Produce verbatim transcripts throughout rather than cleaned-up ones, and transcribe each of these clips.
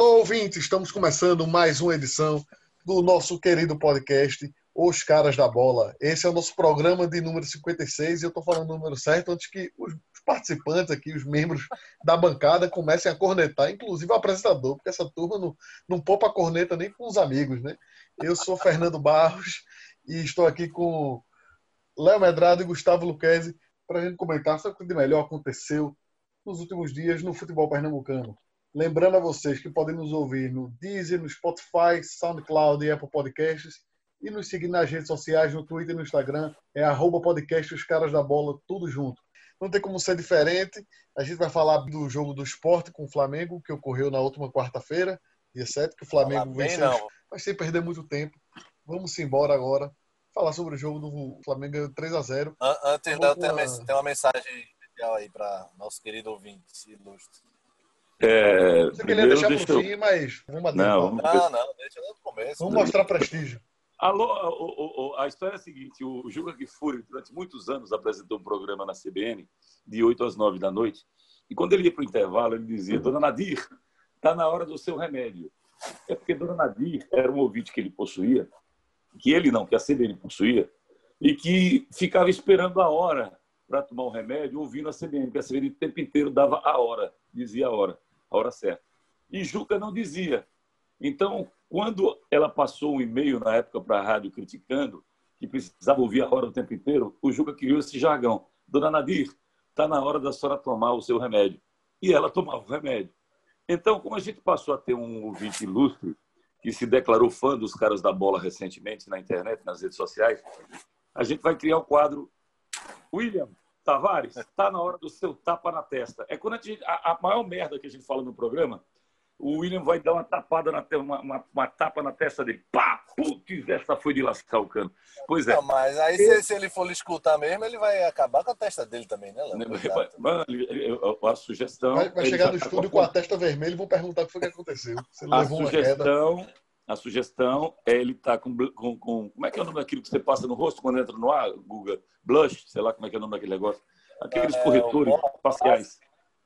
Alô, ouvintes! Estamos começando mais uma edição do nosso querido podcast Os Caras da Bola. Esse é o nosso programa de número cinquenta e seis e eu estou falando o número certo antes que os participantes aqui, os membros da bancada, comecem a cornetar, inclusive o apresentador, porque essa turma não, não poupa a corneta nem com os amigos, né? Eu sou Fernando Barros e estou aqui com Léo Medrado e Gustavo Luquezzi para a gente comentar sobre o que de melhor aconteceu nos últimos dias no futebol pernambucano. Lembrando a vocês que podem nos ouvir no Deezer, no Spotify, SoundCloud e Apple Podcasts e nos seguir nas redes sociais, no Twitter e no Instagram, é arroba podcast Os Caras da Bola, tudo junto. Não tem como ser diferente, a gente vai falar do jogo do Sport com o Flamengo, que ocorreu na última quarta-feira, dia sete, que o Flamengo venceu, mas sem perder muito tempo. Vamos embora agora, falar sobre o jogo do Flamengo três a zero. Antes, Léo, tem, uma... tem uma mensagem especial aí para nosso querido ouvinte ilustre. É, Você queria deixar deixa pro eu... fim, mas vamos adiantar. Não, vamos não, não, deixa no começo. Vamos mostrar prestígio. Alô, o, o, a história é a seguinte, o Juca Kfouri, durante muitos anos, apresentou um programa na C B N, de oito às nove da noite, e quando ele ia para o intervalo, ele dizia: Dona Nadir, está na hora do seu remédio. É porque Dona Nadir era um ouvinte que ele possuía, que ele não, que a C B N possuía, e que ficava esperando a hora para tomar o remédio, ouvindo a C B N, porque a C B N o tempo inteiro dava a hora, dizia a hora. A hora certa. E Juca não dizia. Então, quando ela passou um e-mail na época para a rádio criticando que precisava ouvir a hora o tempo inteiro, o Juca criou esse jargão: Dona Nadir, está na hora da senhora tomar o seu remédio. E ela tomava o remédio. Então, como a gente passou a ter um ouvinte ilustre que se declarou fã dos Caras da Bola recentemente na internet, nas redes sociais, a gente vai criar o quadro William Tavares, está na hora do seu tapa na testa. É quando a, gente, a, a maior merda que a gente fala no programa, o William vai dar uma tapada na uma, uma, uma tapa na testa dele. Pá! Putz, essa foi de lascar o cano. Pois é. Não, mas aí se, se ele for escutar mesmo, ele vai acabar com a testa dele também, né, Léo? Mano, a sugestão... Vai, vai chegar no estúdio com a testa vermelha e vão perguntar o que foi que aconteceu. Você a levou sugestão... uma queda. A sugestão é ele estar tá com, com, com... Como é que é o nome daquilo que você passa no rosto quando entra no ar, Guga? Blush, sei lá como é que é o nome daquele negócio. Aqueles é, corretores faciais.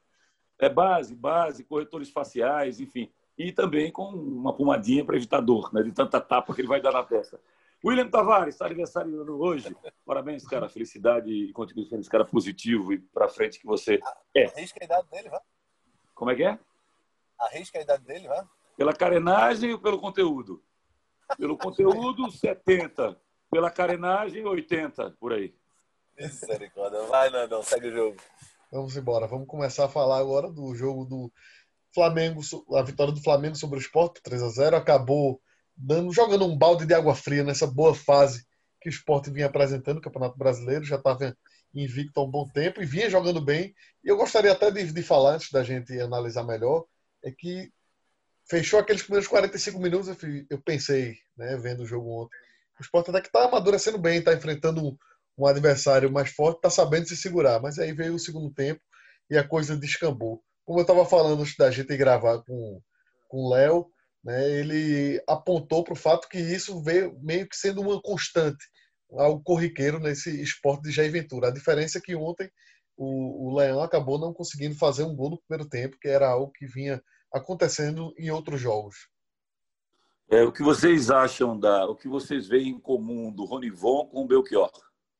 É base, base, corretores faciais, enfim. E também com uma pomadinha para evitar dor, né? De tanta tapa que ele vai dar na testa. William Tavares, está aniversariando hoje. Parabéns, cara. Felicidade e continue sendo esse cara positivo e para frente que você é. Arrisca a idade dele, vai? Como é que é? Arrisca a idade dele, vai? Pela carenagem ou pelo conteúdo? Pelo conteúdo, setenta. Pela carenagem, oitenta, por aí. Misericórdia. Vai, não, não, segue o jogo. Vamos embora. Vamos começar a falar agora do jogo do Flamengo, a vitória do Flamengo sobre o Sport, três a zero. Acabou dando, jogando um balde de água fria nessa boa fase que o Sport vinha apresentando no Campeonato Brasileiro. Já estava invicto há um bom tempo e vinha jogando bem. E eu gostaria até de, de falar, antes da gente analisar melhor, é que fechou aqueles primeiros quarenta e cinco minutos, eu pensei, né, vendo o jogo ontem, o Sport até que está amadurecendo bem, está enfrentando um, um adversário mais forte, está sabendo se segurar, mas aí veio o segundo tempo e a coisa descambou. Como eu estava falando antes da gente gravar com, com o Léo, né, ele apontou para o fato que isso veio meio que sendo uma constante, algo corriqueiro nesse esporte de Jair Ventura. A diferença é que ontem o, o Leão acabou não conseguindo fazer um gol no primeiro tempo, que era algo que vinha acontecendo em outros jogos. É, o que vocês acham da, o que vocês veem em comum do Ronivon com o Belchior?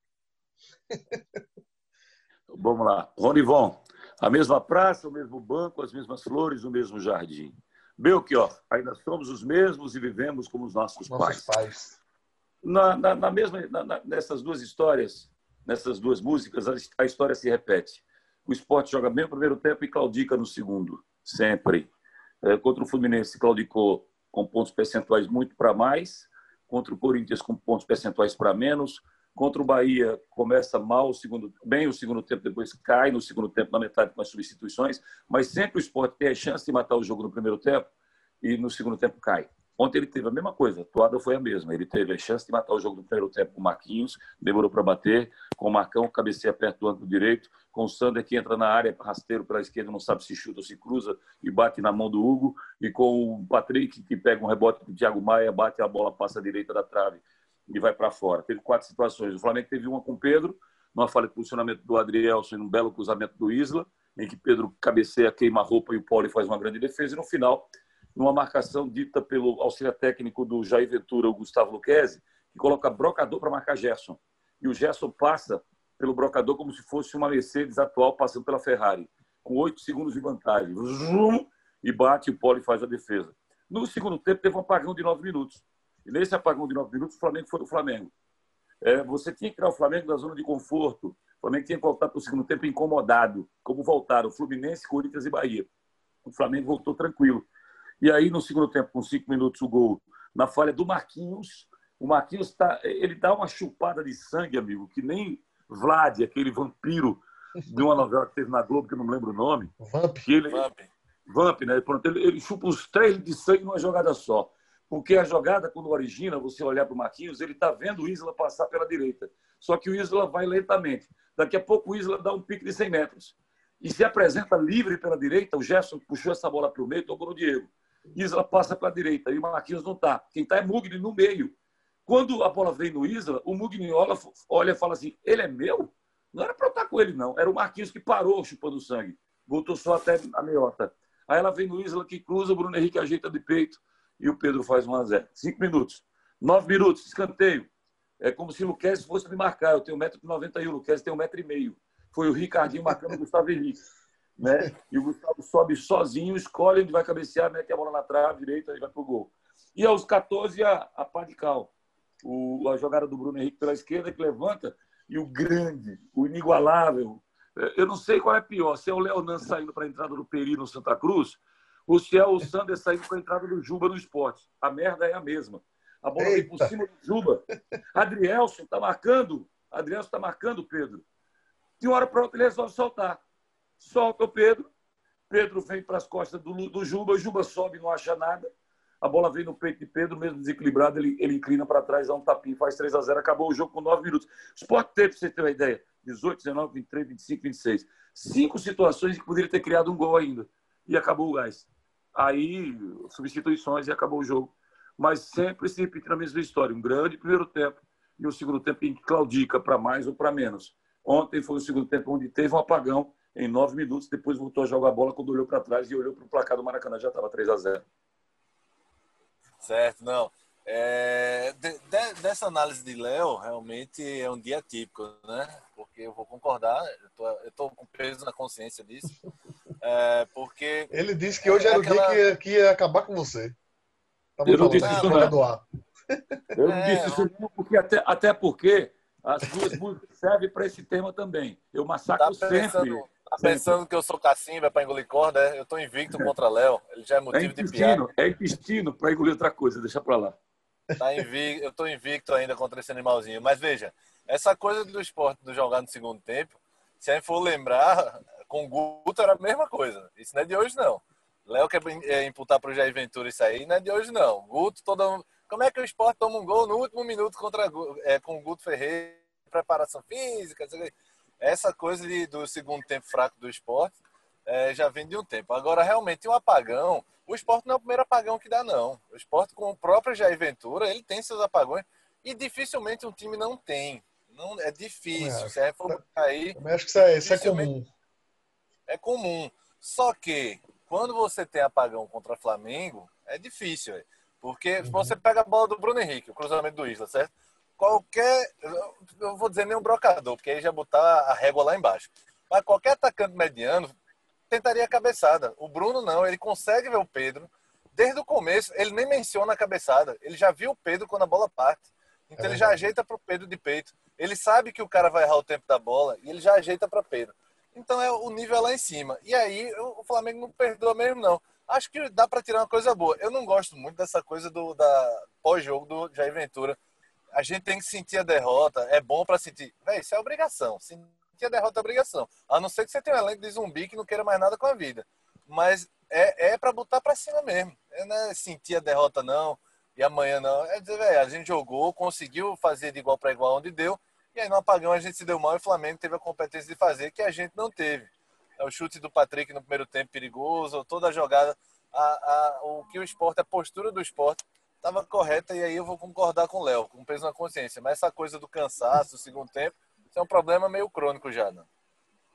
Vamos lá, Ronivon, a mesma praça, o mesmo banco, as mesmas flores, o mesmo jardim. Belchior, ainda somos os mesmos e vivemos como os nossos, nossos pais. pais. Na, na, na mesma, na, na, nessas duas histórias, nessas duas músicas, a, a história se repete. O Sport joga bem o primeiro tempo e claudica no segundo, sempre. É, contra o Fluminense, claudicou com pontos percentuais muito para mais. Contra o Corinthians, com pontos percentuais para menos. Contra o Bahia, começa mal, o segundo, bem o segundo tempo, depois cai no segundo tempo, na metade, com as substituições. Mas sempre o Sport tem a chance de matar o jogo no primeiro tempo e no segundo tempo cai. Ontem ele teve a mesma coisa, a toada foi a mesma. Ele teve a chance de matar o jogo no primeiro tempo com o Marquinhos, demorou para bater, com o Marcão, cabeceia perto do ângulo direito, com o Sander que entra na área, rasteiro pela esquerda, não sabe se chuta ou se cruza e bate na mão do Hugo, e com o Patrick que pega um rebote do Thiago Maia, bate a bola, passa à direita da trave e vai para fora. Teve quatro situações. O Flamengo teve uma com o Pedro, numa falha de posicionamento do Adrielson e um belo cruzamento do Isla, em que Pedro cabeceia, queima a roupa e o Paulo faz uma grande defesa, e no final numa marcação dita pelo auxiliar técnico do Jair Ventura, o Gustavo Luquezzi, que coloca brocador para marcar Gerson. E o Gerson passa pelo brocador como se fosse uma Mercedes atual passando pela Ferrari, com oito segundos de vantagem. Zum, e bate, e o Poli faz a defesa. No segundo tempo, teve um apagão de nove minutos. E nesse apagão de nove minutos, o Flamengo foi o Flamengo. É, você tinha que tirar o Flamengo da zona de conforto. O Flamengo tinha que voltar para o segundo tempo incomodado, como voltaram Fluminense, Corinthians e Bahia. O Flamengo voltou tranquilo. E aí, no segundo tempo, com cinco minutos, o gol na falha do Marquinhos. O Marquinhos tá, ele dá uma chupada de sangue, amigo, que nem Vlad, aquele vampiro de uma novela que teve na Globo, que eu não me lembro o nome. Vamp. Que ele, Vamp. Vamp, né? Pronto, ele, ele chupa os três de sangue numa jogada só. Porque a jogada, quando origina, você olhar para o Marquinhos, ele está vendo o Isla passar pela direita. Só que o Isla vai lentamente. Daqui a pouco o Isla dá um pique de cem metros. E se apresenta livre pela direita, o Gerson puxou essa bola para o meio, tocou no Diego. Isla passa para a direita e o Marquinhos não está. Quem está é Mugni no meio. Quando a bola vem no Isla, o Mugni olha e fala assim, ele é meu? Não era para eu estar com ele, não. Era o Marquinhos que parou chupando sangue. Voltou só até a meiota. Aí ela vem no Isla que cruza, o Bruno Henrique ajeita de peito e o Pedro faz um a zero. Cinco minutos. Nove minutos, escanteio. É como se o Luquezzi fosse me marcar. Eu tenho um metro e noventa e um, o Luquezzi tem um metro e meio. Foi o Ricardinho marcando o Gustavo Henrique. Né? E o Gustavo sobe sozinho, escolhe onde vai cabecear, mete a bola na trave, direita e vai pro gol. E aos quatorze, a, a pá de cal. O, a jogada do Bruno Henrique pela esquerda que levanta e o grande, o inigualável. Eu não sei qual é pior, se é o Leonan saindo para a entrada do Peri no Santa Cruz ou se é o Sander saindo para a entrada do Juba no Esporte. A merda é a mesma. A bola vem por cima do Juba. Adrielson está marcando. Adrielson está marcando o Pedro. De uma hora para outra ele resolve soltar. Solta o Pedro. Pedro vem para as costas do, do Juba. O Juba sobe, não acha nada. A bola vem no peito de Pedro, mesmo desequilibrado, ele, ele inclina para trás, dá um tapinho, faz três a zero, acabou o jogo com nove minutos. O Sport teve, para você ter uma ideia, dezoito, dezenove, vinte e três, vinte e cinco, vinte e seis. Cinco situações que poderia ter criado um gol ainda. E acabou o gás. Aí, substituições e acabou o jogo. Mas sempre se repete a mesma história. Um grande primeiro tempo e um segundo tempo em que claudica para mais ou para menos. Ontem foi o segundo tempo onde teve um apagão em nove minutos, depois voltou a jogar a bola quando olhou para trás e olhou para o placar do Maracanã, já estava três a zero. Certo, não. É, de, de, dessa análise de Léo, realmente é um dia típico, né? Porque eu vou concordar, eu tô com peso na consciência disso. É, porque... Ele disse que hoje era aquela... o dia que ia, que ia acabar com você. Eu não disse isso, não. Do ar. Eu não É, disse isso, não, porque até, até porque as duas músicas servem para esse tema também. Eu massacro tá pensando, sempre. Tá pensando que eu sou cacimba para engolir corda? É? Eu tô invicto contra Léo. Ele já é motivo é de piada. É intestino para engolir outra coisa, deixa para lá. Tá invicto, eu tô invicto ainda contra esse animalzinho. Mas veja, essa coisa do esporte do jogar no segundo tempo, se a gente for lembrar, com o Guto era a mesma coisa. Isso não é de hoje, não. Léo quer imputar para o Jair Ventura isso aí, não é de hoje, não. Guto, todo... Como é que o esporte toma um gol no último minuto contra, é, com o Guto Ferreira, preparação física, essa coisa de, do segundo tempo fraco do esporte é, já vem de um tempo. Agora, realmente, um apagão, o esporte não é o primeiro apagão que dá, não. O esporte, com o próprio Jair Ventura, ele tem seus apagões e dificilmente um time não tem. Não, é difícil. Se a gente for aí, eu acho que isso é, isso é comum. É comum. Só que, quando você tem apagão contra o Flamengo, é difícil. Véio. Porque uhum. você pega a bola do Bruno Henrique, o cruzamento do Isla, certo? Qualquer, eu vou dizer nem um brocador, porque aí já botar a régua lá embaixo. Mas qualquer atacante mediano tentaria a cabeçada. O Bruno não, ele consegue ver o Pedro. Desde o começo, ele nem menciona a cabeçada. Ele já viu o Pedro quando a bola parte. Então é ele já ajeita para o Pedro de peito. Ele sabe que o cara vai errar o tempo da bola e ele já ajeita para Pedro. Então é o nível é lá em cima. E aí o Flamengo não perdoa mesmo, não. Acho que dá para tirar uma coisa boa. Eu não gosto muito dessa coisa do da pós-jogo do Jair Ventura. A gente tem que sentir a derrota. É bom para sentir. Véi, isso é obrigação. Sentir a derrota é obrigação. A não ser que você tenha um elenco de zumbi que não queira mais nada com a vida. Mas é, é para botar para cima mesmo. É, não é sentir a derrota, não. E amanhã não. É dizer, velho, a gente jogou, conseguiu fazer de igual para igual onde deu. E aí no apagão a gente se deu mal e o Flamengo teve a competência de fazer que a gente não teve. É o chute do Patrick no primeiro tempo perigoso, toda a jogada. A, a, o que o esporte, a postura do esporte estava correta, e aí eu vou concordar com o Léo, com peso na consciência. Mas essa coisa do cansaço, do segundo tempo, isso é um problema meio crônico já, não?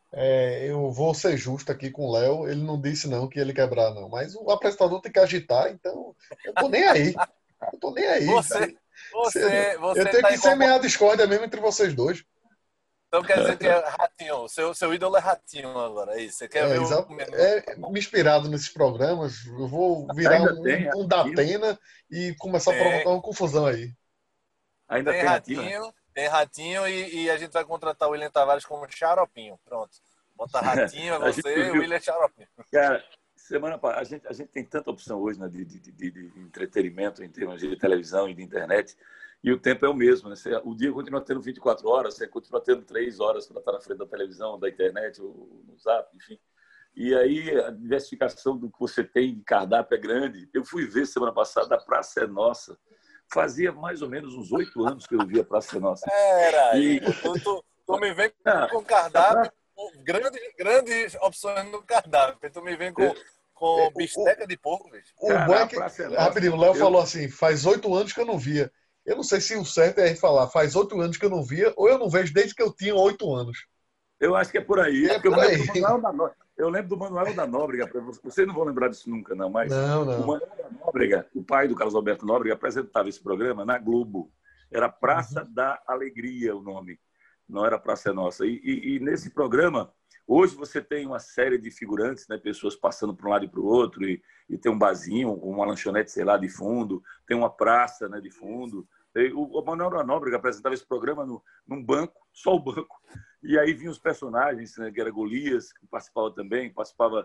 É, eu vou ser justo aqui com o Léo. Ele não disse não que ele quebrar, não. Mas o apresentador tem que agitar, então eu tô nem aí. Eu tô nem aí. Você, Se- você, Eu você tenho tá que incomodado. semear a discórdia mesmo entre vocês dois. Então quer dizer que é Ratinho. Seu, seu ídolo é Ratinho agora. É isso. Você quer É, ver o exa- menino? é, me inspirado nesses programas, eu vou virar Ainda um, tem um Ratinho? Datena e começar a Tem, provocar uma confusão aí. Ainda tem tem Ratinho, né? Ratinho, tem Ratinho e, e a gente vai contratar o William Tavares como Xaropinho. Pronto. Bota Ratinho, é A gente você e o viu, William Xaropinho. cara, semana passada, a gente, a gente tem tanta opção hoje, né, de, de, de, de entretenimento em termos de televisão e de internet, e o tempo é o mesmo, né? Você, o dia continua tendo vinte e quatro horas, você continua tendo três horas para estar na frente da televisão, da internet, ou no Zap, enfim. E aí a diversificação do que você tem de cardápio é grande. Eu fui ver semana passada a Praça é Nossa. Fazia mais ou menos uns oito anos que eu via a Praça é Nossa. Era aí, E pô. Tu, tu, tu me vem ah, com a cardápio, praça, com grandes, grandes opções no cardápio. Tu me vem com, É, com o, bisteca de porco, bicho. o bom cara, é a que, Praça é rapidinho, Nossa. o Léo Eu, falou assim: faz oito anos que eu não via. Eu não sei se o certo é a gente falar, faz oito anos que eu não via, ou eu não vejo desde que eu tinha oito anos. eu acho que é por aí, É porque eu por me lembro aí. do Manuel da Nóbrega. Eu lembro do Manuel da Nóbrega. Vocês não vão lembrar disso nunca, não, mas Não, o não. Manuel da Nóbrega, o pai do Carlos Alberto Nóbrega, apresentava esse programa na Globo. Era Praça Uhum. da Alegria o nome, não era Praça é Nossa. E, e, e nesse programa, hoje você tem uma série de figurantes, né, pessoas passando para um lado e para o outro, e, e tem um barzinho, uma lanchonete, sei lá, de fundo, tem uma praça, né, de fundo. E o, o Manuel da Nóbrega apresentava esse programa no, num banco, só o banco. E aí vinham os personagens, né, que era Golias, que participava também, participava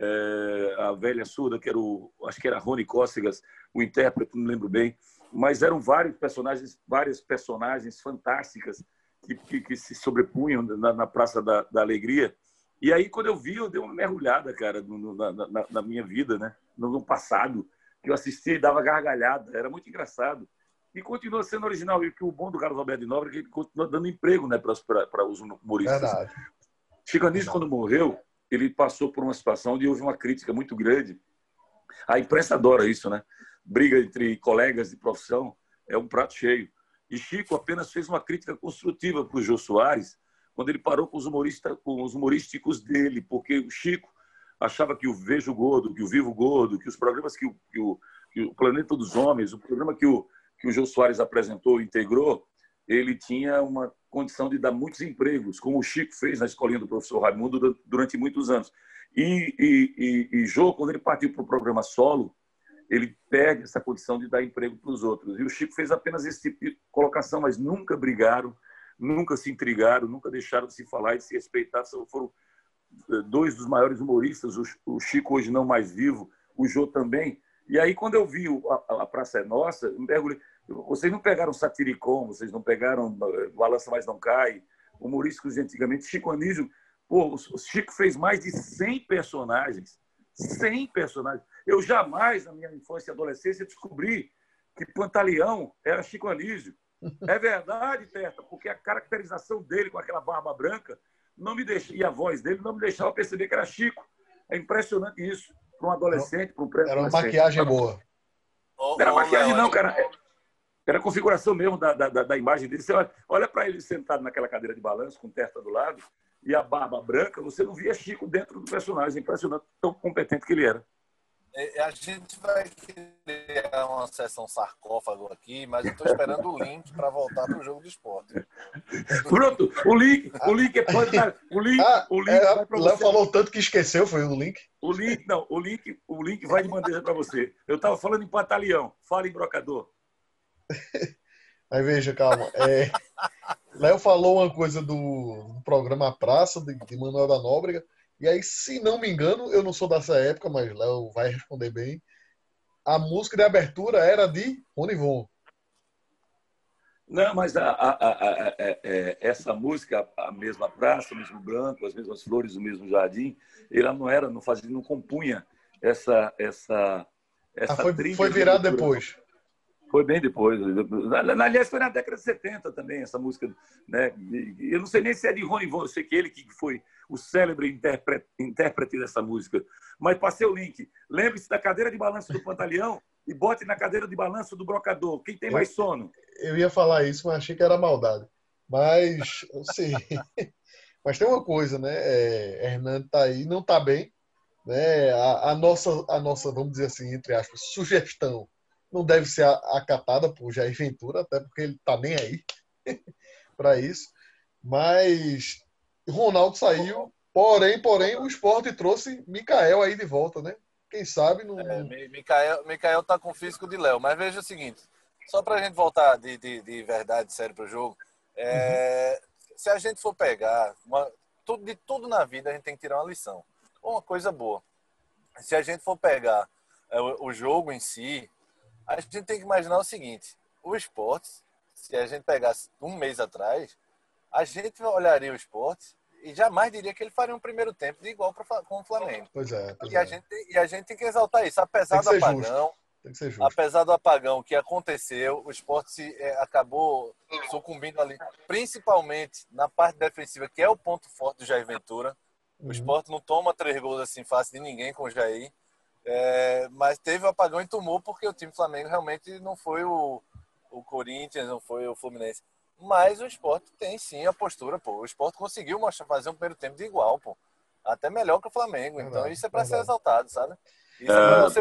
é, a velha surda, que era o, acho que era Rony Cócegas, o intérprete, não lembro bem, mas eram vários personagens, várias personagens fantásticas que, que, que se sobrepunham na, na Praça da, da Alegria. E aí, quando eu vi, eu dei uma mergulhada, cara, no, na, na, na minha vida, né, no, no passado, que eu assistia e dava gargalhada, era muito engraçado. E continua sendo original. E que o bom do Carlos Alberto de Nóbrega é que ele continua dando emprego, né, para os humoristas. Verdade. Chico Anísio, Verdade. quando morreu, ele passou por uma situação onde houve uma crítica muito grande. A imprensa adora isso, né? Briga entre colegas de profissão é um prato cheio. E Chico apenas fez uma crítica construtiva para o Jô Soares quando ele parou com os, humoristas, com os humorísticos dele, porque o Chico achava que o Vejo Gordo, que o Vivo Gordo, que os programas que o, que o, que o Planeta dos Homens, o programa que o, que o Jô Soares apresentou e integrou, ele tinha uma condição de dar muitos empregos, como o Chico fez na escolinha do professor Raimundo durante muitos anos. E, e, e, e Jô, quando ele partiu para o programa solo, ele perde essa condição de dar emprego para os outros. E o Chico fez apenas esse tipo de colocação, mas nunca brigaram, nunca se intrigaram, nunca deixaram de se falar e de se respeitar. Foram dois dos maiores humoristas, o Chico hoje não mais vivo, o Jô também. E aí, quando eu vi a, a Praça é Nossa, eu mergulhei. Vocês não pegaram Satiricon, vocês não pegaram Balança Mais Não Cai, humorísticos de antigamente. Chico Anísio, pô, o Chico fez mais de cem personagens. cem personagens. Eu jamais, na minha infância e adolescência, descobri que Pantaleão era Chico Anísio. É verdade, Terta, porque a caracterização dele com aquela barba branca não me deixa, e a voz dele não me deixava perceber que era Chico. É impressionante isso para um adolescente, para um Era uma pré-adolescente. maquiagem boa. Ô, Não era ô, Léo, maquiagem, não, cara. Era a configuração mesmo da, da, da imagem dele. Você olha, olha para ele sentado naquela cadeira de balanço, com Terta do lado, e a barba branca, você não via Chico dentro do personagem. Impressionante, tão competente que ele era. a gente vai criar uma sessão sarcófago aqui, mas eu estou esperando o link para voltar para o jogo do esporte. Pronto, o link, o link pode dar, o link, Ah, o link é, vai para Léo você. falou tanto que esqueceu, foi o link. O link, não, o link, o link vai de bandeja para você. Eu estava falando em Pantaleão, fala em Brocador. Aí veja, calma. É, Léo falou uma coisa do, do programa Praça, de, de Manuel da Nóbrega. E aí, se não me engano, eu não sou dessa época, mas Léo vai responder bem. A música de abertura era de Rony Von. Não, mas a, a, a, a, essa música, a mesma praça, o mesmo branco, as mesmas flores, o mesmo jardim, ela não era, não fazia, não compunha essa essa Ah, essa foi, trilha foi de virado abertura. depois. Foi bem depois. Aliás, foi na década de setenta também, essa música. Né? Eu não sei nem se é de Rony Von, eu sei que ele que foi o célebre intérprete, intérprete dessa música. Mas passei o link. Lembre-se da cadeira de balanço do Pantaleão e bote na cadeira de balanço do Brocador. Quem tem Eu, mais sono? eu ia falar isso, mas achei que era maldade. Mas, sim. Mas tem uma coisa, né? É, Hernando tá aí, não tá bem, né? A, a nossa, a nossa, vamos dizer assim, entre aspas, sugestão não deve ser a- acatada por Jair Ventura, até porque ele tá nem aí para isso. Mas Ronaldo saiu, porém, porém, o Sport trouxe Mikael aí de volta, né? Quem sabe não. É, não- Mi- Mikael, Mikael tá com o físico de Léo. Mas veja o seguinte, só pra gente voltar de, de, de verdade, sério pro jogo, Uhum. é, se a gente for pegar, uma, tudo, de tudo na vida a gente tem que tirar uma lição. Uma coisa boa. Se a gente for pegar é, o, o jogo em si, a gente tem que imaginar o seguinte, o esporte, se a gente pegasse um mês atrás, a gente olharia o esporte e jamais diria que ele faria um primeiro tempo de igual pra, com o Flamengo. Pois é, pois E a, é. gente, e a gente tem que exaltar isso. Tem Apesar que do ser justo. apagão, Tem que ser justo. apesar do apagão que aconteceu, o esporte se, é, acabou sucumbindo ali, principalmente na parte defensiva, que é o ponto forte do Jair Ventura. O Uhum. esporte não toma três gols assim fácil de ninguém com o Jair. É, mas teve o apagão e tomou porque o time Flamengo realmente não foi o, o Corinthians, não foi o Fluminense. Mas o Sport tem sim a postura, pô. O Sport conseguiu mostrar, fazer um primeiro tempo de igual, pô. Até melhor que o Flamengo. Então Verdade, isso é para ser verdade. exaltado, sabe? Isso é para É, você.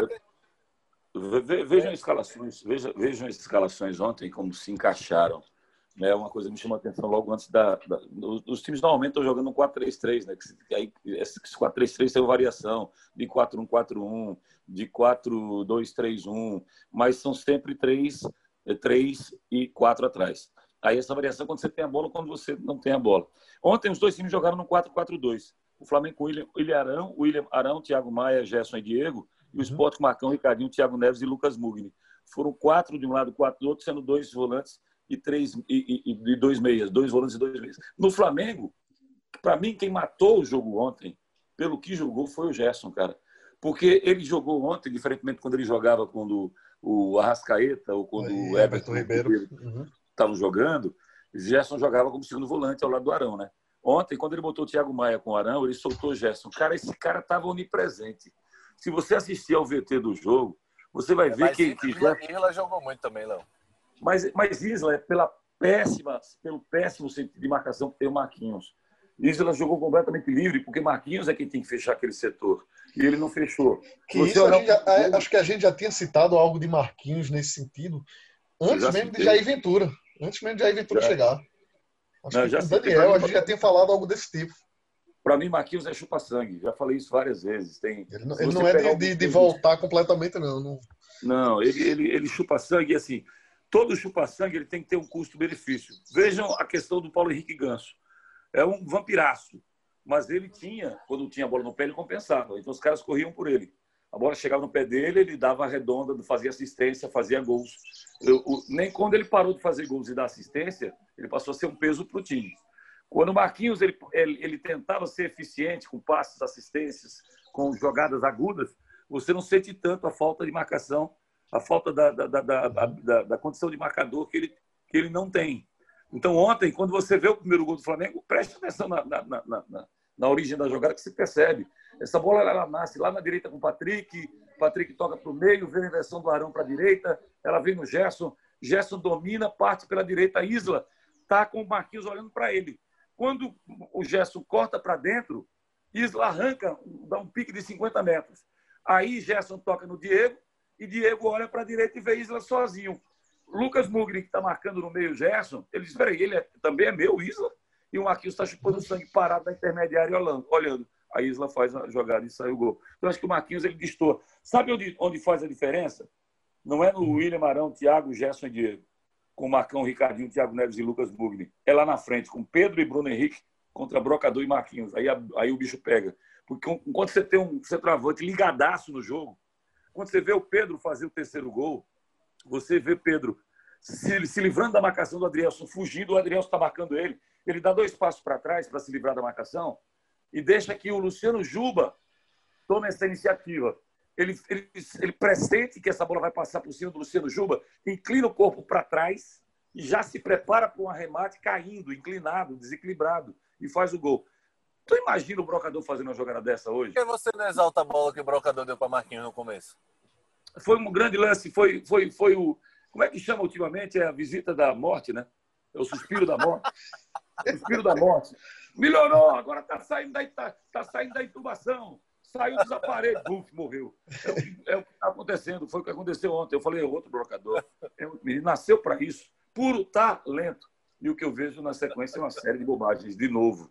ve- ve- vejam escalações, veja, vejam as escalações ontem, como se encaixaram. Né? Uma coisa que me chamou a atenção logo antes da. da os, os times normalmente estão jogando um quatro três três, né? Que, que aí, esse quatro três três tem variação de quatro um quatro um, de quatro dois três um, mas são sempre três, três e quatro atrás. Aí essa variação quando você tem a bola ou quando você não tem a bola. Ontem os dois times jogaram no quatro quatro dois. O Flamengo com o William, William Arão, William Arão, Thiago Maia, Gerson e Diego, e o Uhum. Sport com Marcão, Ricardinho, Thiago Neves e Lucas Mugni. Foram quatro de um lado, quatro do outro, sendo dois volantes e três e, e, e dois meias, dois volantes e dois meias. No Flamengo, para mim, quem matou o jogo ontem, pelo que jogou, foi o Gerson, cara. Porque ele jogou ontem, diferentemente quando ele jogava quando o Arrascaeta ou quando Aí, o Everton Everton Ribeiro. Uhum. estavam jogando, o Gerson jogava como segundo volante ao lado do Arão, né? Ontem, quando ele botou o Thiago Maia com o Arão, ele soltou o Gerson. Cara, esse cara estava onipresente. Se você assistir ao V T do jogo, você vai ver Mas que... que Isla, Isla jogou muito também, Léo. Mas, mas Isla é pela péssima, pelo péssimo sentido de marcação que tem o Marquinhos. Isla jogou completamente livre, porque Marquinhos é quem tem que fechar aquele setor. E ele não fechou. Que Você isso, a olhar gente já- o jogo, a- acho que a gente já tinha citado algo de Marquinhos nesse sentido, eu antes já mesmo de citei. Jair Ventura. Antes mesmo de Jair Ventura Já. chegar. Acho Não, que já com o citei. Daniel Pra a mim, gente já tinha falado algo desse tipo. Para mim, Marquinhos é chupa-sangue. Já falei isso várias vezes. Tem, Ele não, se ele você não é pegar de, o de, de vídeo- voltar completamente, não. não. Não, ele, ele, ele chupa sangue e assim, todo chupa-sangue ele tem que ter um custo-benefício. Vejam a questão do Paulo Henrique Ganso. É um vampiraço, mas ele tinha, quando tinha a bola no pé, ele compensava. Então os caras corriam por ele. A bola chegava no pé dele, ele dava a redonda, fazia assistência, fazia gols. Eu, o, nem quando ele parou de fazer gols e dar assistência, ele passou a ser um peso para o time. Quando o Marquinhos ele, ele, ele tentava ser eficiente com passes, assistências, com jogadas agudas, você não sente tanto a falta de marcação, a falta da, da, da, da, da, da condição de marcador que ele, que ele não tem. Então, ontem, quando você vê o primeiro gol do Flamengo, preste atenção na, na, na, na, na origem da jogada que você percebe. Essa bola ela nasce lá na direita com o Patrick, o Patrick toca para o meio, vem a inversão do Arão para a direita, ela vem no Gerson, Gerson domina, parte pela direita, a Isla está com o Marquinhos olhando para ele. Quando o Gerson corta para dentro, Isla arranca, dá um pique de cinquenta metros. Aí Gerson toca no Diego e Diego olha para a direita e vê Isla sozinho. Lucas Mugni, que está marcando no meio Gerson, ele diz, espera aí, ele é, também é meu, Isla? E o Marquinhos está chupando sangue parado na intermediária olhando. A Isla faz a jogada e sai o gol. Então, acho que o Marquinhos ele destoa. Sabe onde, onde faz a diferença? Não é no William Arão, Thiago, Gerson e Diego, com Marcão, Ricardinho, Thiago Neves e Lucas Mugni. É lá na frente, com Pedro e Bruno Henrique contra Brocador e Marquinhos. Aí, aí o bicho pega. Porque enquanto você tem um centroavante ligadaço no jogo, quando você vê o Pedro fazer o terceiro gol, você vê Pedro se, se livrando da marcação do Adrielson, fugindo, o Adrielson está marcando ele. Ele dá dois passos para trás para se livrar da marcação e deixa que o Luciano Juba tome essa iniciativa. Ele, ele, ele pressente que essa bola vai passar por cima do Luciano Juba, inclina o corpo para trás e já se prepara para um arremate caindo, inclinado, desequilibrado, e faz o gol. Tu imagina o Brocador fazendo uma jogada dessa hoje? Por que você não exalta a bola que o Brocador deu para Marquinhos no começo? Foi um grande lance, foi, foi, foi o... Como é que chama ultimamente? É a visita da morte, né? É o suspiro da morte. O suspiro da morte. Melhorou, agora está saindo, da, tá, tá saindo da intubação. Saiu dos aparelhos, buf, morreu. É o, que, é o que está acontecendo, foi o que aconteceu ontem. Eu falei, é outro brocador. É um menino, nasceu para isso. Puro talento. E o que eu vejo na sequência é uma série de bobagens, de novo.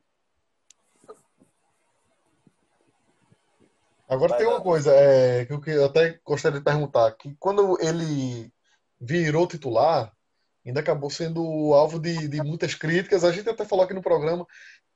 Agora Vai tem uma lá. coisa é, que eu que- eu até gostaria de perguntar, que quando ele virou titular, ainda acabou sendo alvo de, de muitas críticas. A gente até falou aqui no programa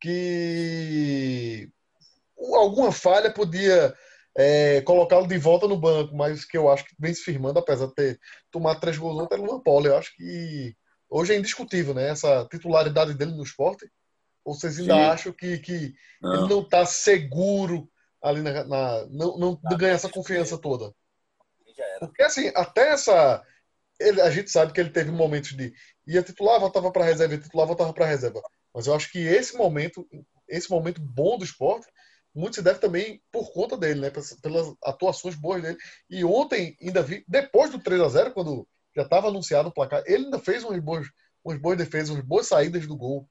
que alguma falha podia é, colocá-lo de volta no banco, mas que eu acho que vem se firmando, apesar de ter tomado três gols ontem, é Luan Poli. Eu acho que hoje é indiscutível, né? Essa titularidade dele no esporte. Ou vocês ainda Sim, acham que, que ele não. não está seguro ali na, na- não, não Pra mim ganha é essa confiança indiscutível. toda? E já era. Porque assim, até essa. Ele- a gente sabe que ele teve momentos de ia titular, voltava para reserva, ia titular, voltava para reserva. Mas eu acho que esse momento, esse momento bom do esporte, muito se deve também por conta dele, né? Pelas, pelas atuações boas dele. E ontem, ainda vi, depois do três a zero, quando já estava anunciado o placar, ele ainda fez umas boas, umas boas defesas, umas boas saídas do gol.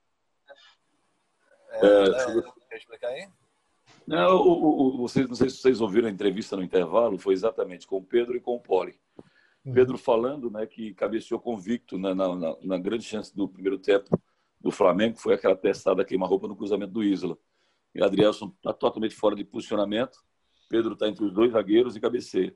É, É, Leandro, quer explicar aí? não, o, o, o, vocês, não sei se vocês ouviram a entrevista no intervalo, foi exatamente com o Pedro e com o Poli. Uhum. Pedro falando, né, que cabeceou convicto na, na, na grande chance do primeiro tempo do Flamengo, foi aquela testada queima-roupa no cruzamento do Isla. E Adrielson está totalmente fora de posicionamento, Pedro está entre os dois zagueiros e cabeceia.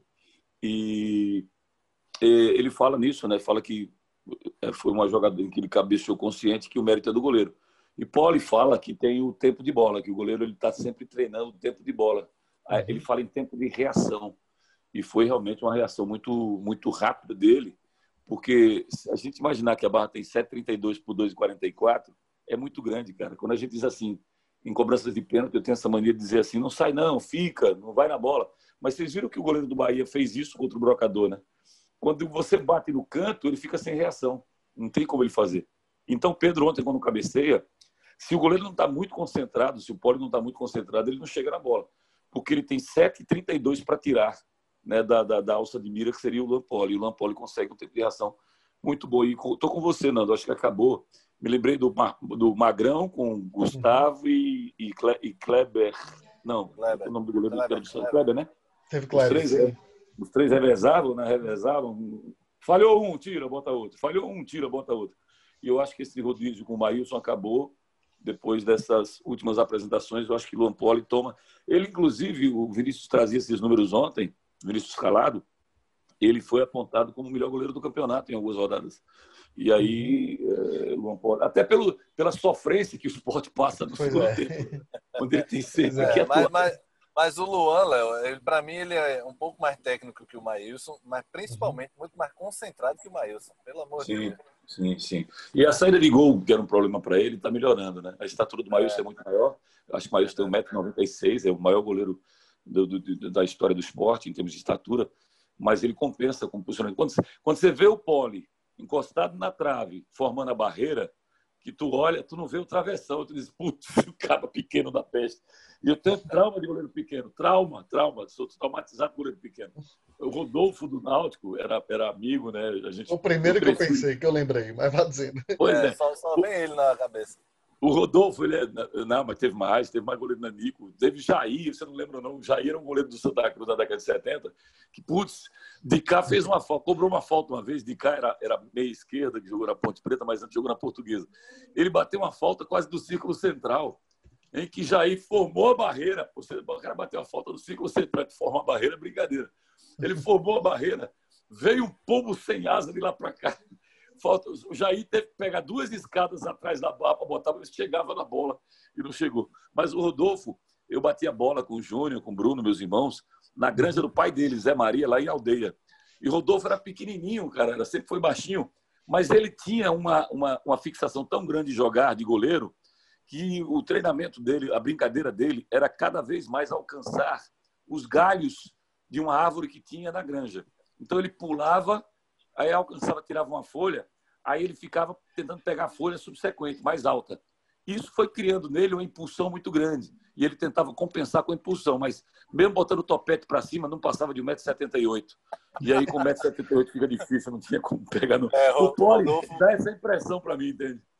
E, e ele fala nisso, né, fala que foi uma jogada em que ele cabeceou consciente que o mérito é do goleiro. E Poli fala que tem o tempo de bola, que o goleiro está sempre treinando o tempo de bola. Ele fala em tempo de reação. E foi realmente uma reação muito, muito rápida dele, porque se a gente imaginar que a barra tem sete vírgula trinta e dois por dois vírgula quarenta e quatro, é muito grande, cara. Quando a gente diz assim, em cobranças de pênalti, eu tenho essa mania de dizer assim, não sai não, fica, não vai na bola. Mas vocês viram que o goleiro do Bahia fez isso contra o Brocador, né? Quando você bate no canto, ele fica sem reação. Não tem como ele fazer. Então, Pedro ontem, quando cabeceia, se o goleiro não está muito concentrado, se o Poli não está muito concentrado, ele não chega na bola. Porque ele tem sete vírgula trinta e dois para tirar, né, da, da, da alça de mira, que seria o Lampoli. E o Lampoli consegue um tempo de reação muito bom. E estou com você, Nando. Acho que acabou. Me lembrei do, do Magrão com Gustavo uhum. e, e, Cle, e Kleber. Não, Kleber. o nome do goleiro Kleber, do Kleber. Kleber, né? Teve Os Kleber, três, sim. os três revezavam, né? Revezavam. Falhou um, tira, bota outro. Falhou um, tira, bota outro. E eu acho que esse rodízio com o Maílson acabou depois dessas últimas apresentações. Eu acho que o Lampoli toma... Ele, inclusive, o Vinícius trazia esses números ontem, Vinícius Calado, ele foi apontado como o melhor goleiro do campeonato em algumas rodadas. E aí, uhum. é, Luan Poli, até pelo, pela sofrência que o Sport passa no pois segundo é. tempo, quando ele tem sempre é, que atuar. Mas, mas, mas o Luan, Léo, para mim, ele é um pouco mais técnico que o Maílson, mas principalmente uhum. muito mais concentrado que o Maílson, pelo amor sim, de Deus. Sim, sim. E a saída de gol, que era um problema para ele, está melhorando, né? A estatura do Maílson é, é muito maior. Eu acho que o Maílson tem um metro e noventa e seis, é o maior goleiro do, do, do, da história do esporte, em termos de estatura, mas ele compensa com o posicionamento. Quando, quando você vê o Poli encostado na trave, formando a barreira, que tu olha, tu não vê o travessão, tu diz, putz, o cara pequeno da peste. E eu tenho trauma de goleiro pequeno, trauma, trauma, sou traumatizado por goleiro pequeno. O Rodolfo do Náutico era, era amigo, né? A gente, o primeiro que eu pensei, que eu lembrei, mas vai dizendo. Pois é. é. Só, só vem ele na cabeça. O Rodolfo, ele é... Não, mas teve mais, teve mais goleiro Nanico. Teve Jair, você não lembra não? O Jair era um goleiro do Santa Cruz da década de setenta, que, putz, de cá fez uma falta, cobrou uma falta uma vez, de cá era, era meia esquerda, que jogou na Ponte Preta, mas antes jogou na Portuguesa. Ele bateu uma falta quase do círculo central, em que Jair formou a barreira. O cara bateu a falta do círculo central, de formar a barreira, brincadeira. Ele formou a barreira, veio um pombo sem asa de lá para cá. Falta, o Jair teve que pegar duas escadas atrás da barra para botar, mas chegava na bola e não chegou. Mas o Rodolfo, eu bati a bola com o Júnior, com o Bruno, meus irmãos, na granja do pai dele, Zé Maria, lá em Aldeia. E o Rodolfo era pequenininho, cara, era, sempre foi baixinho, mas ele tinha uma, uma, uma fixação tão grande de jogar de goleiro que o treinamento dele, a brincadeira dele, era cada vez mais alcançar os galhos de uma árvore que tinha na granja. Então ele pulava, aí alcançava, tirava uma folha, aí ele ficava tentando pegar a folha subsequente, mais alta. Isso foi criando nele uma impulsão muito grande. E ele tentava compensar com a impulsão, mas mesmo botando o topete para cima, não passava de um metro e setenta e oito. E aí com um metro e setenta e oito fica difícil, não tinha como pegar no... É, o Poli Rodolfo... dá essa impressão para mim, entende?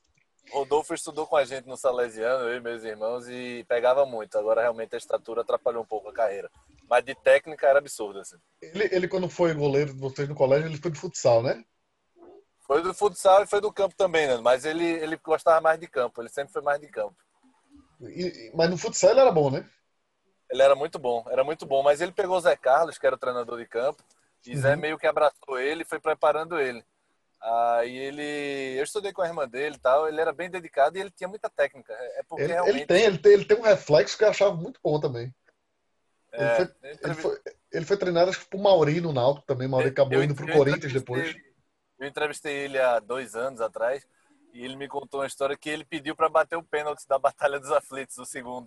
Rodolfo estudou com a gente no Salesiano, eu e meus irmãos, e pegava muito. Agora, realmente, a estatura atrapalhou um pouco a carreira. Mas de técnica era absurdo, assim. Ele, ele, quando foi goleiro de vocês no colégio, ele foi de futsal, né? Foi do futsal e foi do campo também, né? Mas ele, ele gostava mais de campo. Ele sempre foi mais de campo. E, mas no futsal ele era bom, né? Ele era muito bom, era muito bom. Mas ele pegou o Zé Carlos, que era o treinador de campo, e Zé Uhum. meio que abraçou ele e foi preparando ele. Aí ele... Eu estudei com a irmã dele e tal, ele era bem dedicado e ele tinha muita técnica. É porque Ele, ele, realmente... tem, ele, tem, ele tem um reflexo que eu achava muito bom também. Ele É, foi, ele foi, ele foi treinado, acho que por Mauri no Náutico também. Mauri acabou eu, indo pro eu Corinthians depois. entrevistei, eu entrevistei ele há dois anos atrás e ele me contou uma história que ele pediu para bater o pênalti da Batalha dos Aflitos, o segundo.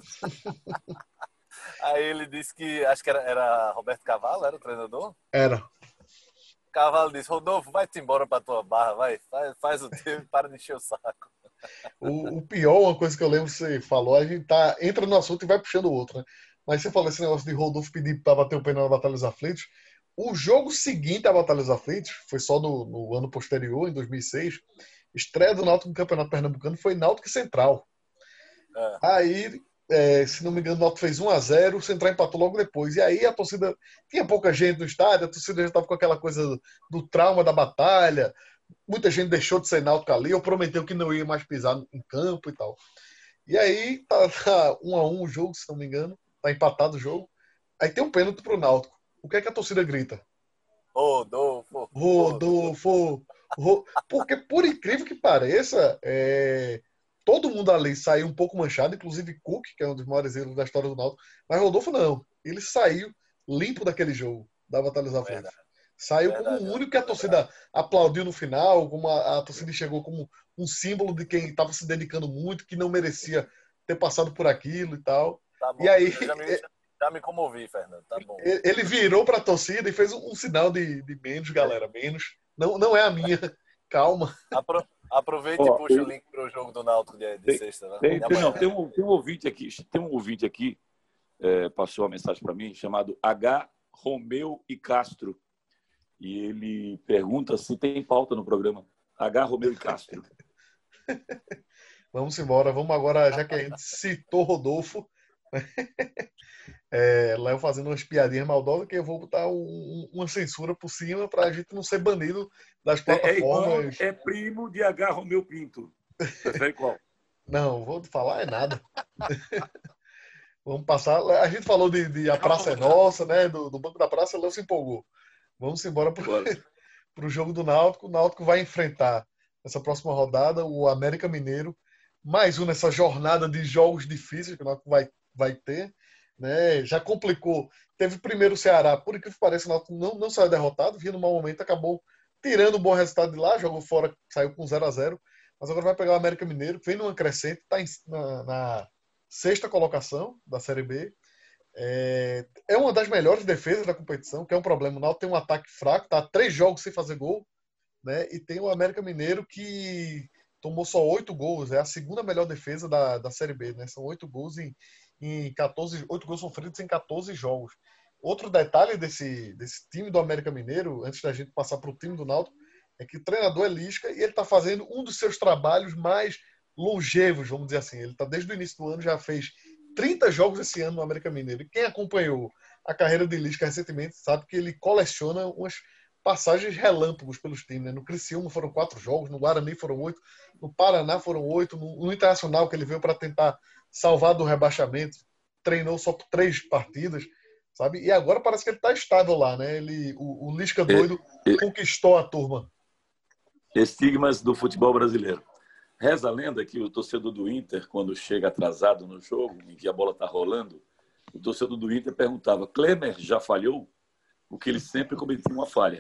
Aí ele disse que, acho que era, era Roberto Cavalo, era o treinador? Era. Cavalo disse, Rodolfo, vai-te embora pra tua barra, vai, faz, faz o teu e para de encher o saco. O, o pior, uma coisa que eu lembro que você falou, a gente tá, entra no assunto e vai puxando o outro, né? Mas você falou esse negócio de Rodolfo pedir para bater o pênalti na Batalha dos Aflitos. O jogo seguinte à Batalha dos Aflitos, foi só no, no ano posterior, em dois mil e seis, estreia do Náutico no Campeonato Pernambucano foi Náutico e Central. É. Aí, é, se não me engano, o Náutico fez um a zero, o Central empatou logo depois. E aí a torcida, tinha pouca gente no estádio, a torcida já estava com aquela coisa do, do trauma da batalha, muita gente deixou de ser Náutico ali, ou prometeu que não ia mais pisar em campo e tal. E aí, tá, tá um a um o jogo, se não me engano, tá empatado o jogo. Aí tem um pênalti pro Náutico. O que é que a torcida grita? Rodolfo, Rodolfo! Ro... Porque, por incrível que pareça, é... todo mundo ali saiu um pouco manchado, inclusive Cook, que é um dos maiores erros da história do Náutico, mas Rodolfo não. Ele saiu limpo daquele jogo, da Batalha dos Aflitos. verdade, Saiu como verdade, o eu único que a tô lembrado. torcida aplaudiu no final, como a, a torcida chegou como um símbolo de quem estava se dedicando muito, que não merecia ter passado por aquilo e tal. Tá E bom, aí eu já me, já me comovi, Fernando, tá bom. ele virou para a torcida e fez um, um sinal de, de menos, galera, menos. Não, não é a minha, calma. Apro, aproveita e Ó, puxa tem, o link para o jogo do Náutico de, de tem, sexta, né? tem, De tem- não, amanhã. tem um, tem um ouvinte aqui, tem um ouvinte aqui, é, passou uma mensagem para mim, chamado H. Romeu e Castro. E ele pergunta se tem pauta no programa. H. Romeu e Castro. Vamos embora, vamos agora, já que a gente citou Rodolfo, é, Léo fazendo umas piadinhas maldosas, que eu vou botar um- uma censura por cima para a gente não ser banido das É, é irmão, plataformas. é primo de H. Romeu Pinto. Prefere qual? Não, vou falar é nada. Vamos passar. A gente falou de, de A Praça é Nossa, né? Do, do Banco da Praça, o Léo se empolgou. Vamos embora para Bora. o jogo do Náutico. O Náutico vai enfrentar nessa próxima rodada o América Mineiro. Mais um nessa jornada de jogos difíceis que o Náutico vai, vai ter. Né? Já complicou. Teve primeiro o Ceará, por incrível que pareça, o Náutico não, não saiu derrotado, vinha no mau momento, acabou tirando um bom resultado de lá, jogou fora, saiu com zero a zero. Mas agora vai pegar o América Mineiro, que vem numa crescente, está na, na sexta colocação da Série B. É, é uma das melhores defesas da competição, que é um problema. O Náutico tem um ataque fraco, está três jogos sem fazer gol, né? E tem o América Mineiro que tomou só oito gols, é a segunda melhor defesa da, da Série B, né? São oito gols em, em quatorze, oito gols sofridos em quatorze jogos. Outro detalhe desse, desse time do América Mineiro, antes da gente passar para o time do Náutico, é que o treinador é Lisca e ele está fazendo um dos seus trabalhos mais longevos, vamos dizer assim. Ele está desde o início do ano, já fez trinta jogos esse ano no América Mineiro. E quem acompanhou a carreira de Lisca recentemente sabe que ele coleciona umas passagens relâmpagos pelos times. Né? No Criciúma foram quatro jogos, no Guarani foram oito, no Paraná foram oito, no, no Internacional, que ele veio para tentar salvar do rebaixamento, treinou só por três partidas, sabe? E agora parece que ele está estável lá, né? Ele, o, o Lisca doido conquistou a turma. Estigmas do futebol brasileiro. Reza a lenda que o torcedor do Inter, quando chega atrasado no jogo, em que a bola está rolando, o torcedor do Inter perguntava: Klemer já falhou? Porque ele sempre cometia uma falha.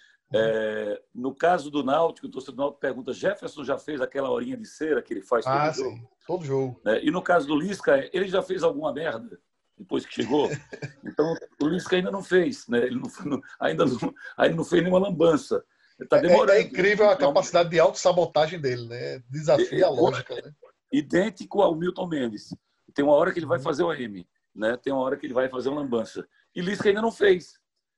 É, no caso do Náutico, o torcedor do Náutico pergunta: Jefferson já fez aquela horinha de cera que ele faz todo ah, jogo? Sim, todo jogo. É, e no caso do Lisca, ele já fez alguma merda depois que chegou? Então, o Lisca ainda não fez, né? Ele não, ainda, não, ainda não fez nenhuma lambança. Está demorando. É, é incrível a capacidade de autossabotagem dele, né? Desafia a lógica, né? Idêntico ao Milton Mendes. Tem uma hora que ele vai fazer o M, né? Tem uma hora que ele vai fazer uma lambança. E Lisca ainda não fez.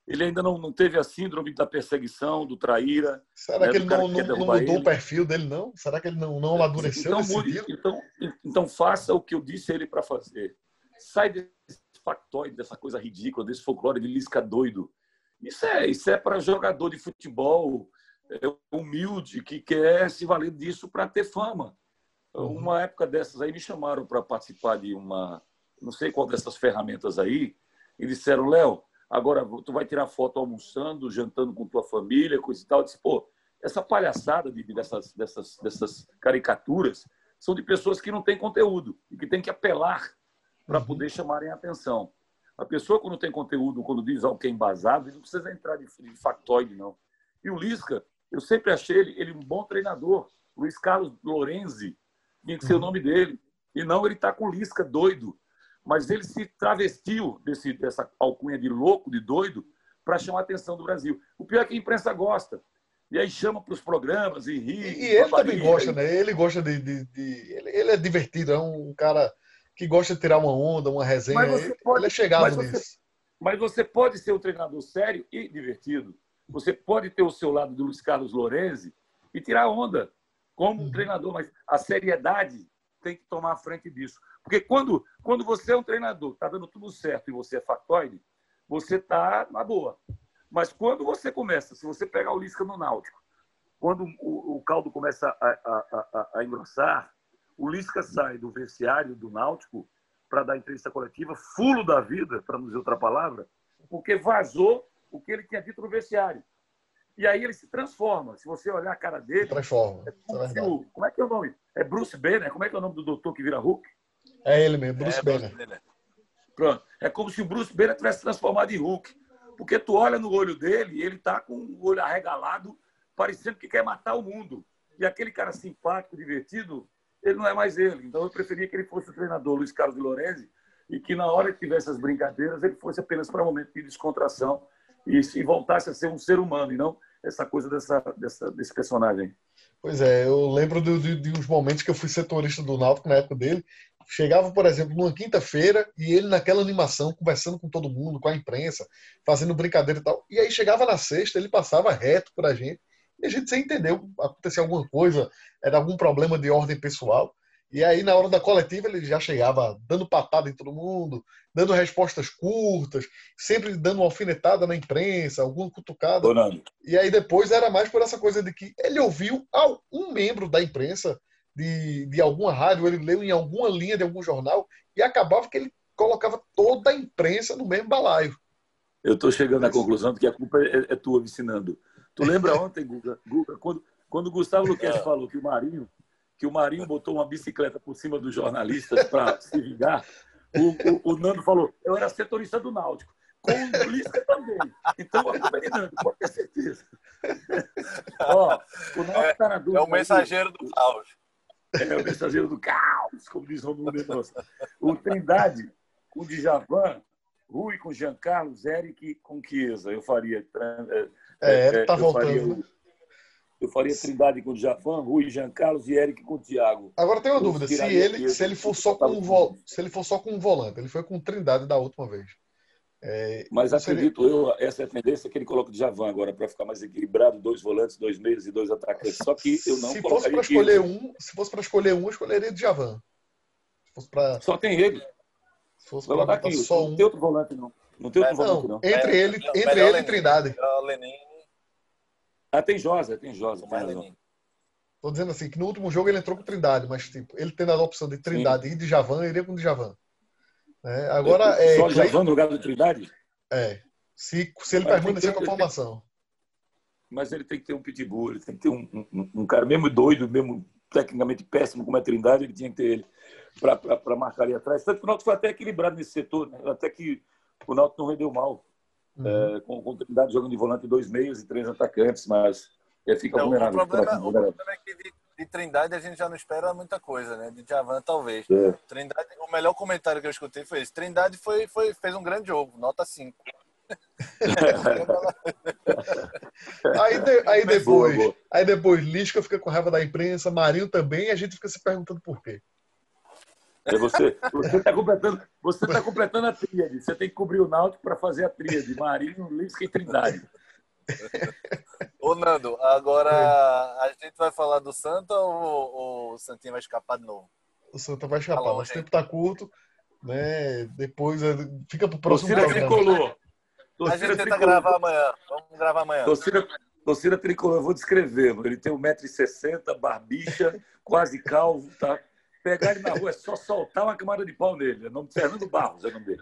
Ele ainda não, não teve a síndrome da perseguição, do traíra. Será né, que ele do cara não, que não, quer não derrubar mudou ele. o perfil dele, não? Será que ele não, não amadureceu Então, nesse mude, sentido? então, então faça o que eu disse a ele para fazer. Sai desse factoide, dessa coisa ridícula, desse folclore de Lisca doido. Isso é, isso é para jogador de futebol é, humilde que quer se valer disso para ter fama. Uhum. Uma época dessas aí me chamaram para participar de uma, não sei qual dessas ferramentas aí, e disseram, Léo, agora tu vai tirar foto almoçando, jantando com tua família, coisa e tal. Eu disse, pô, essa palhaçada de, dessas, dessas, dessas caricaturas são de pessoas que não têm conteúdo e que têm que apelar para Uhum. poder chamarem a atenção. A pessoa, quando tem conteúdo, quando diz algo que é embasado, ele não precisa entrar de, de factoide, não. E o Lisca, eu sempre achei ele, ele um bom treinador. Luiz Carlos Lorenzi tinha que ser uhum. o nome dele. E não ele está com Lisca doido. Mas ele se travestiu desse, dessa alcunha de louco, de doido, para chamar a atenção do Brasil. O pior é que a imprensa gosta. E aí chama para os programas e ri. E, e ele também gosta, né? Ele gosta de... de, de ele, ele é divertido, é um cara que gosta de tirar uma onda, uma resenha. Mas você pode, ele é chegado mas nisso. Você, mas você pode ser um treinador sério e divertido. Você pode ter o seu lado do Luiz Carlos Lorenzi e tirar onda como um uhum. treinador. Mas a seriedade tem que tomar a frente disso. Porque quando, quando você é um treinador, está dando tudo certo e você é factoide, você está na boa. Mas quando você começa, se você pegar o Lisca no Náutico, quando o, o caldo começa a, a, a, a engrossar, o Lisca sai do vestiário do Náutico para dar entrevista coletiva, fulo da vida, para não dizer outra palavra, porque vazou o que ele tinha dito no vestiário. E aí ele se transforma. Se você olhar a cara dele... Se transforma. É como, é o, como é que é o nome? É Bruce Banner? Como é que é o nome do doutor que vira Hulk? É ele mesmo, Bruce, é, Banner. Bruce Banner. Pronto. É como se o Bruce Banner tivesse transformado em Hulk. Porque tu olha no olho dele e ele está com o olho arregalado, parecendo que quer matar o mundo. E aquele cara simpático, divertido, ele não é mais ele. Então eu preferia que ele fosse o treinador Luiz Carlos de Lorenzi e que na hora que tivesse as brincadeiras ele fosse apenas para um momento de descontração e, e voltasse a ser um ser humano e não essa coisa dessa, dessa, desse personagem. Pois é, eu lembro de, de, de uns momentos que eu fui setorista do Náutico na época dele. Chegava, por exemplo, numa quinta-feira e ele naquela animação, conversando com todo mundo, com a imprensa, fazendo brincadeira e tal. E aí chegava na sexta, ele passava reto por a gente e a gente sem entender, acontecia alguma coisa, era algum problema de ordem pessoal. E aí, na hora da coletiva, ele já chegava dando patada em todo mundo, dando respostas curtas, sempre dando uma alfinetada na imprensa, alguma cutucada. Donando. E aí depois era mais por essa coisa de que ele ouviu um membro da imprensa de, de alguma rádio, ele leu em alguma linha de algum jornal e acabava que ele colocava toda a imprensa no mesmo balaio. Eu estou chegando à conclusão de que a culpa é, é tua me ensinando. Tu lembra ontem, Guga, Guga quando, quando o Gustavo Luquezzi falou que o Marinho que o Marinho botou uma bicicleta por cima dos jornalistas para se vingar, o, o, o Nando falou, eu era setorista do Náutico, com o Lisca também. Então, a culpa é de Nando, pode ter certeza. Ó, o Náutico está na dúvida. É o mensageiro do caos. É o mensageiro do caos, como diz o Romulo Mendonça. O Trindade com o Djavan, Rui com Jean Carlos, Eric com Chiesa. Eu faria... É, é tá eu voltando. Faria o, Eu faria Trindade com o Djavan, Rui, Jean Carlos e Eric com o Thiago. Agora tem uma dúvida, se ele, se ele for só com um vol... se ele for só com um volante, ele foi com Trindade da última vez. É, Mas acredito seria... eu, essa é a tendência que ele coloca o Djavan agora para ficar mais equilibrado, dois volantes, dois meios e dois atacantes. Só que eu não se fosse para escolher um, se fosse para escolher um, eu escolheria o Djavan. Se fosse pra... Só tem ele. Se fosse para botar aqui, só um. Não tem outro volante não. Não tem outro não, volante não. Entre é, ele, é, entre ele e Trindade. Ah, tem Josa, tem Josa, tem razão. Tô dizendo assim, que no último jogo ele entrou com Trindade, mas tipo, ele tendo a opção de Trindade Sim. e Djavan, ele iria com Djavan. É, agora, é, só é, Djavan no lugar do Trindade? É. Se, se ele permanecer com a formação. Mas ele tem que ter um pitbull, ele tem que ter um, um, um cara mesmo doido, mesmo tecnicamente péssimo como é Trindade, ele tinha que ter ele para marcar ali atrás. Tanto que o Náutico foi até equilibrado nesse setor, né? Até que o Náutico não rendeu mal. Uhum. É, com, com Trindade jogando de volante dois meios e três atacantes, mas é, fica então, vulnerável. O problema, o problema é que de, de Trindade a gente já não espera muita coisa, né? De Djavan, talvez. É. Trindade, o melhor comentário que eu escutei foi esse. Trindade foi, foi, fez um grande jogo, nota cinco. aí, de, aí, depois, boa, boa. aí depois Lisca fica com raiva da imprensa, Marinho também, e a gente fica se perguntando por quê. É você. Você está completando, você tá completando a tríade. Você tem que cobrir o Náutico para fazer a tríade. Marinho, Lisca e Trindade. Ô, Nando, agora É. a gente vai falar do Santa ou, ou o Santinho vai escapar de novo? O Santa vai Tá escapar. longe, Nosso hein? tempo está curto, né? Depois é, fica para o próximo Torcida programa. tricolor. A Torcida gente tenta tricolor. gravar amanhã. Vamos gravar amanhã. Torcida, torcida tricolor, eu vou descrevê-lo. Ele tem um metro e sessenta, barbicha, quase calvo, tá? Pegar ele na rua é só soltar uma camada de pau nele. É nome de Fernando Barros, é o nome dele.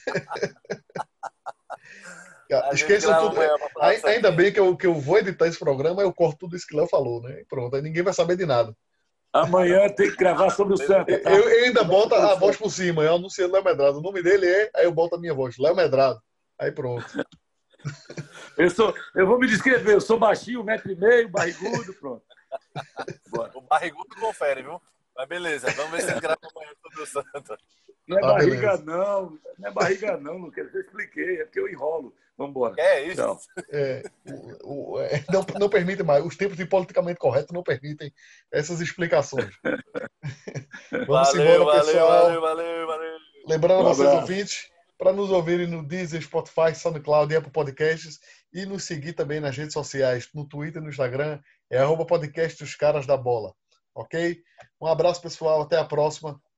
A gente Esqueçam grava tudo. amanhã pra falar do Ai- Ainda Santinho. bem que eu, que eu vou editar esse programa, eu corto tudo isso que o Léo falou, né? Pronto, aí ninguém vai saber de nada. Amanhã tem que gravar sobre o Santa, tá? Eu, eu ainda boto a voz por cima, eu anunciei Léo Medrado. O nome dele é, aí eu boto a minha voz, Léo Medrado. Aí pronto. Eu, sou, eu vou me descrever. Eu sou baixinho, um metro e meio, barrigudo, pronto. Bora. O barrigudo confere, viu? Mas beleza, vamos ver se a gente grava amanhã sobre o Santa. Não é Ah, barriga, beleza. não. Não é barriga, não, Lucas. Eu expliquei. É porque eu enrolo. Vamos embora. É isso? Tchau. É, o- o- é, não, não permitem mais. Os tempos de politicamente correto não permitem essas explicações. Vamos Valeu, embora, valeu, pessoal. valeu, valeu, valeu. Lembrando Um a vocês, abraço. ouvintes, para nos ouvirem no Deezer, Spotify, SoundCloud e Apple Podcasts e nos seguir também nas redes sociais, no Twitter e no Instagram, é arroba podcast Os Caras da Bola. Ok? Um abraço, pessoal. Até a próxima.